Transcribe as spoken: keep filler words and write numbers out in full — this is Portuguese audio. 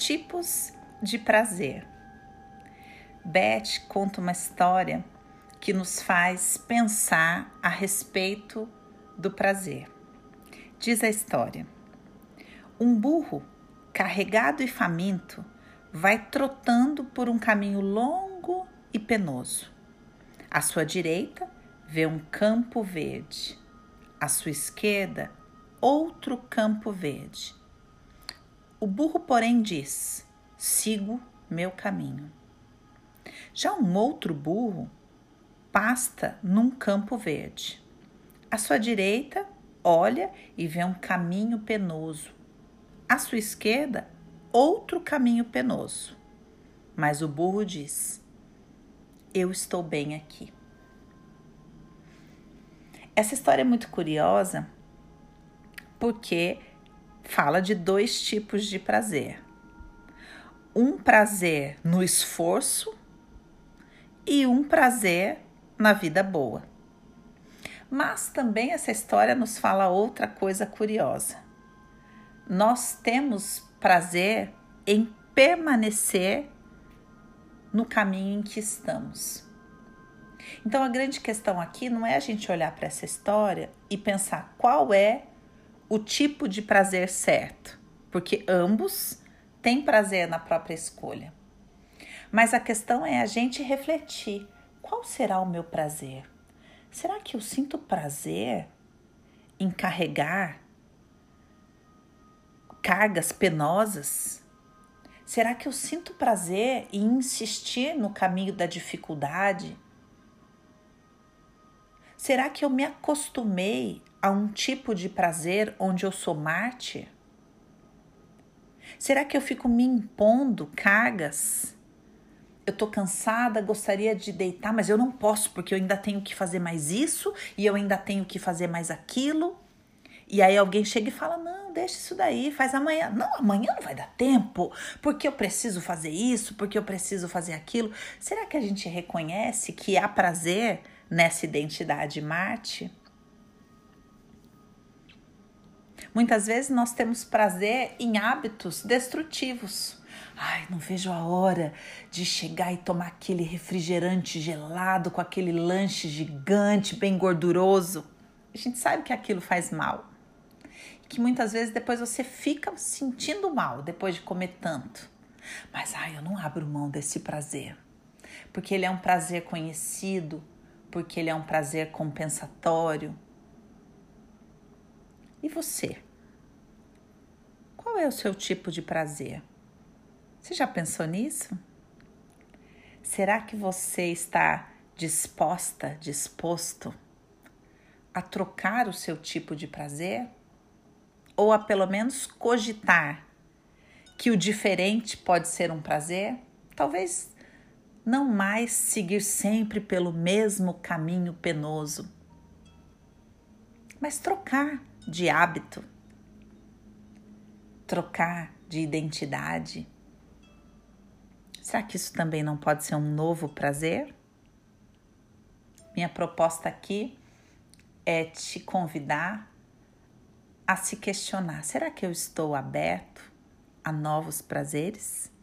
Tipos de prazer. Beth conta uma história que nos faz pensar a respeito do prazer. Diz a história: um burro, carregado e faminto, vai trotando por um caminho longo e penoso. À sua direita, vê um campo verde. À sua esquerda, outro campo verde. O burro, porém, diz: sigo meu caminho. Já um outro burro pasta num campo verde. À sua direita, olha e vê um caminho penoso. À sua esquerda, outro caminho penoso. Mas o burro diz: eu estou bem aqui. Essa história é muito curiosa porque fala de dois tipos de prazer. Um prazer no esforço e um prazer na vida boa. Mas também essa história nos fala outra coisa curiosa. Nós temos prazer em permanecer no caminho em que estamos. Então a grande questão aqui não é a gente olhar para essa história e pensar qual é o tipo de prazer certo, porque ambos têm prazer na própria escolha. Mas a questão é a gente refletir: qual será o meu prazer? Será que eu sinto prazer em carregar cargas penosas? Será que eu sinto prazer em insistir no caminho da dificuldade? Será que eu me acostumei a um tipo de prazer onde eu sou mártir? Será que eu fico me impondo cargas? Eu tô cansada, gostaria de deitar, mas eu não posso porque eu ainda tenho que fazer mais isso e eu ainda tenho que fazer mais aquilo. E aí alguém chega e fala: não, deixa isso daí, faz amanhã. Não, amanhã não vai dar tempo, porque eu preciso fazer isso, porque eu preciso fazer aquilo. Será que a gente reconhece que há prazer nessa identidade mártir? Muitas vezes nós temos prazer em hábitos destrutivos. Ai, não vejo a hora de chegar e tomar aquele refrigerante gelado com aquele lanche gigante, bem gorduroso. A gente sabe que aquilo faz mal. Que muitas vezes depois você fica sentindo mal depois de comer tanto. Mas ai, eu não abro mão desse prazer. Porque ele é um prazer conhecido, porque ele é um prazer compensatório. E você? Qual é o seu tipo de prazer? Você já pensou nisso? Será que você está disposta, disposto a trocar o seu tipo de prazer? Ou a pelo menos cogitar que o diferente pode ser um prazer? Talvez não mais seguir sempre pelo mesmo caminho penoso, mas trocar de hábito, trocar de identidade. Será que isso também não pode ser um novo prazer? Minha proposta aqui é te convidar a se questionar: será que eu estou aberto a novos prazeres?